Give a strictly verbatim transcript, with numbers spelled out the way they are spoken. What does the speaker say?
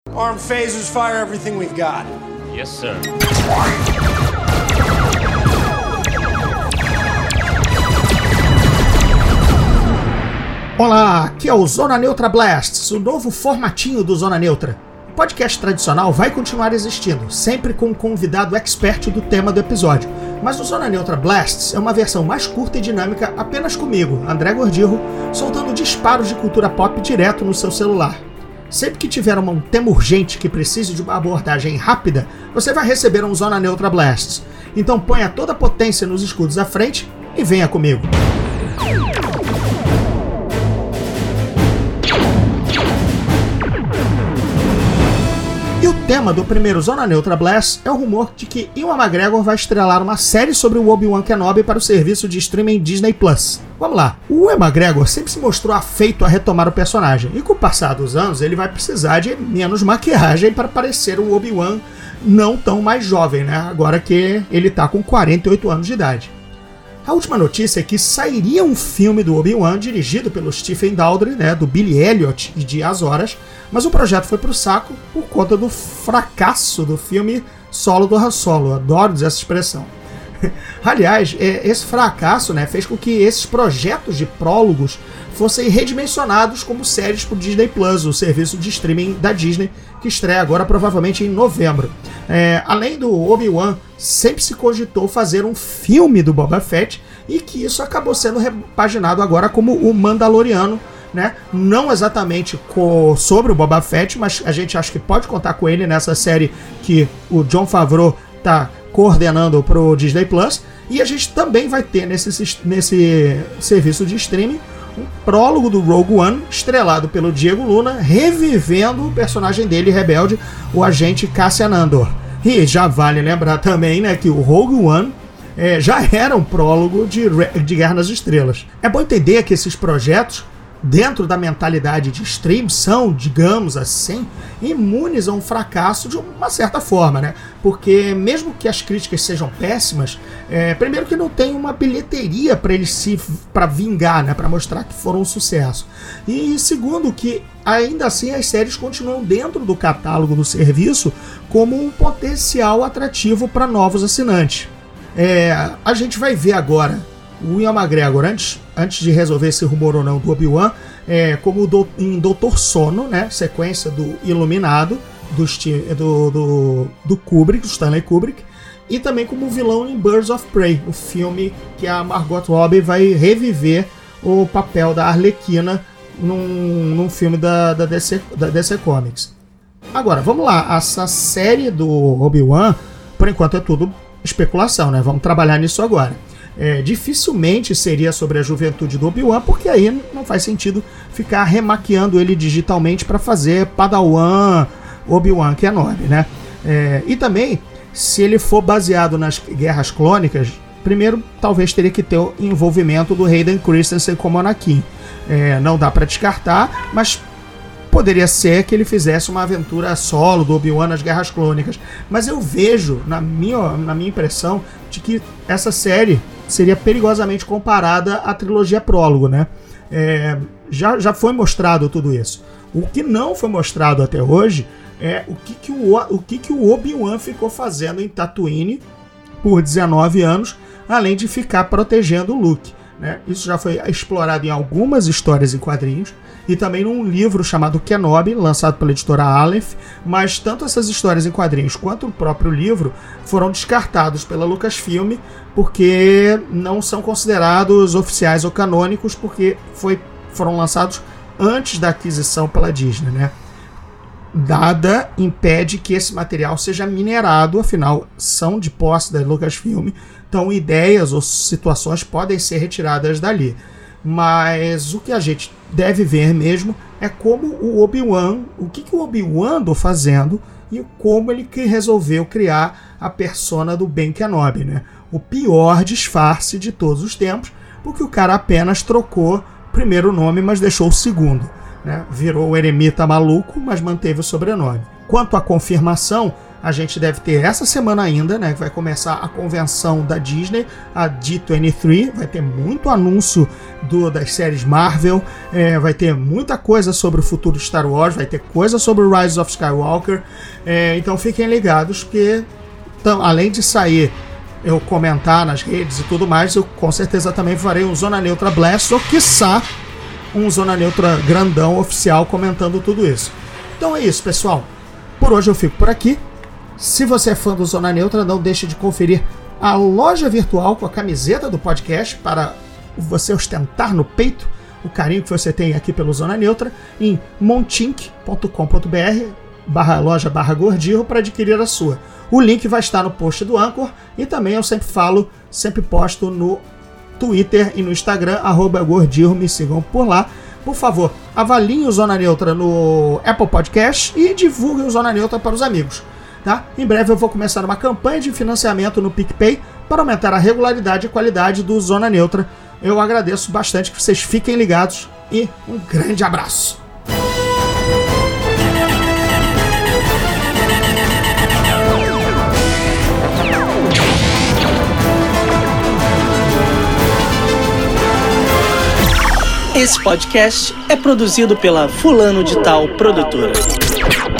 Arm phasers, fire everything we've got. Yes, sir. Olá, aqui é o Zona Neutra Blasts, o novo formatinho do Zona Neutra. O podcast tradicional vai continuar existindo, sempre com um convidado expert do tema do episódio. Mas o Zona Neutra Blasts é uma versão mais curta e dinâmica apenas comigo, André Gordirro, soltando disparos de cultura pop direto no seu celular. Sempre que tiver um tema urgente que precise de uma abordagem rápida, você vai receber um Zona Neutra Blasts. Então ponha toda a potência nos escudos à frente e venha comigo. E o tema do primeiro Zona Neutra Blast é o rumor de que Ewan McGregor vai estrelar uma série sobre o Obi-Wan Kenobi para o serviço de streaming Disney Plus. Vamos lá, o Ewan McGregor sempre se mostrou afeito a retomar o personagem, e com o passar dos anos ele vai precisar de menos maquiagem para parecer o Obi-Wan não tão mais jovem, né? Agora que ele está com quarenta e oito anos de idade. A última notícia é que sairia um filme do Obi-Wan dirigido pelo Stephen Daldry, né, do Billy Elliot e de As Horas, mas o projeto foi pro saco por conta do fracasso do filme solo do Han Solo. Adoro dizer essa expressão. Aliás, esse fracasso, né, fez com que esses projetos de prólogos fossem redimensionados como séries para o Disney Plus, o serviço de streaming da Disney, que estreia agora provavelmente em novembro. É, além do Obi-Wan, sempre se cogitou fazer um filme do Boba Fett, e que isso acabou sendo repaginado agora como o Mandaloriano, né? Não exatamente co- sobre o Boba Fett, mas a gente acha que pode contar com ele nessa série que o Jon Favreau está coordenando para o Disney Plus. E a gente também vai ter nesse, nesse serviço de streaming um prólogo do Rogue One, estrelado pelo Diego Luna, revivendo o personagem dele rebelde, o agente Cassian Andor. E já vale lembrar também, né, que o Rogue One é, já era um prólogo de, de Guerra nas Estrelas. É bom entender que esses projetos, dentro da mentalidade de stream, são, digamos assim, imunes a um fracasso de uma certa forma, né? Porque mesmo que as críticas sejam péssimas, é, primeiro que não tem uma bilheteria para eles se para vingar, né? Para mostrar que foram um sucesso. E segundo que ainda assim as séries continuam dentro do catálogo do serviço como um potencial atrativo para novos assinantes. É, a gente vai ver agora o Ewan McGregor, antes, antes de resolver esse rumor ou não do Obi-Wan, é, como do, em Doutor Sono, né, sequência do Iluminado, do, do, do, do Kubrick, do Stanley Kubrick, e também como vilão em Birds of Prey, o filme que a Margot Robbie vai reviver o papel da Arlequina num, num filme da, da, D C, da D C Comics. Agora, vamos lá, essa série do Obi-Wan, por enquanto é tudo especulação, né? Vamos trabalhar nisso agora. É, dificilmente seria sobre a juventude do Obi-Wan, porque aí não faz sentido ficar remaquiando ele digitalmente para fazer Padawan Obi-Wan Kenobi, né? É, e também, se ele for baseado nas guerras clônicas, primeiro talvez teria que ter o envolvimento do Hayden Christensen como Anakin. É, não dá para descartar, mas poderia ser que ele fizesse uma aventura solo do Obi-Wan nas Guerras Clônicas. Mas eu vejo, na minha, na minha impressão, de que essa série seria perigosamente comparada à trilogia Prólogo, né? É, já, já foi mostrado tudo isso. O que não foi mostrado até hoje é o que, que, o, o, que, que o Obi-Wan ficou fazendo em Tatooine por dezenove anos, além de ficar protegendo o Luke, né? Isso já foi explorado em algumas histórias em quadrinhos e também num livro chamado Kenobi, lançado pela editora Aleph, mas tanto essas histórias em quadrinhos quanto o próprio livro foram descartados pela Lucasfilm porque não são considerados oficiais ou canônicos, porque foi, foram lançados antes da aquisição pela Disney, né? Nada impede que esse material seja minerado, afinal são de posse da Lucasfilm, então ideias ou situações podem ser retiradas dali. Mas o que a gente deve ver mesmo é como o Obi-Wan, o que, que o Obi-Wan andou fazendo e como ele que resolveu criar a persona do Ben Kenobi, né? O pior disfarce de todos os tempos, porque o cara apenas trocou o primeiro nome, mas deixou o segundo, né? Virou o eremita maluco, mas manteve o sobrenome. Quanto à confirmação, a gente deve ter essa semana ainda, né? Que vai começar a convenção da Disney, a D vinte e três. Vai ter muito anúncio do, das séries Marvel, é, vai ter muita coisa sobre o futuro de Star Wars, vai ter coisa sobre o Rise of Skywalker. É, então fiquem ligados que, então, além de sair eu comentar nas redes e tudo mais, eu com certeza também farei um Zona Neutra Blast, ou quiçá um Zona Neutra grandão oficial comentando tudo isso. Então é isso, pessoal. Por hoje eu fico por aqui. Se você é fã do Zona Neutra, não deixe de conferir a loja virtual com a camiseta do podcast para você ostentar no peito o carinho que você tem aqui pelo Zona Neutra em montink ponto com ponto br barra loja barra Gordirro para adquirir a sua. O link vai estar no post do Anchor e também eu sempre falo, sempre posto no Twitter e no Instagram, arroba Gordirro, me sigam por lá. Por favor, avaliem o Zona Neutra no Apple Podcast e divulguem o Zona Neutra para os amigos. Tá? Em breve eu vou começar uma campanha de financiamento no PicPay para aumentar a regularidade e qualidade do Zona Neutra. Eu agradeço bastante que vocês fiquem ligados e um grande abraço. Esse podcast é produzido pela Fulano de Tal Produtora.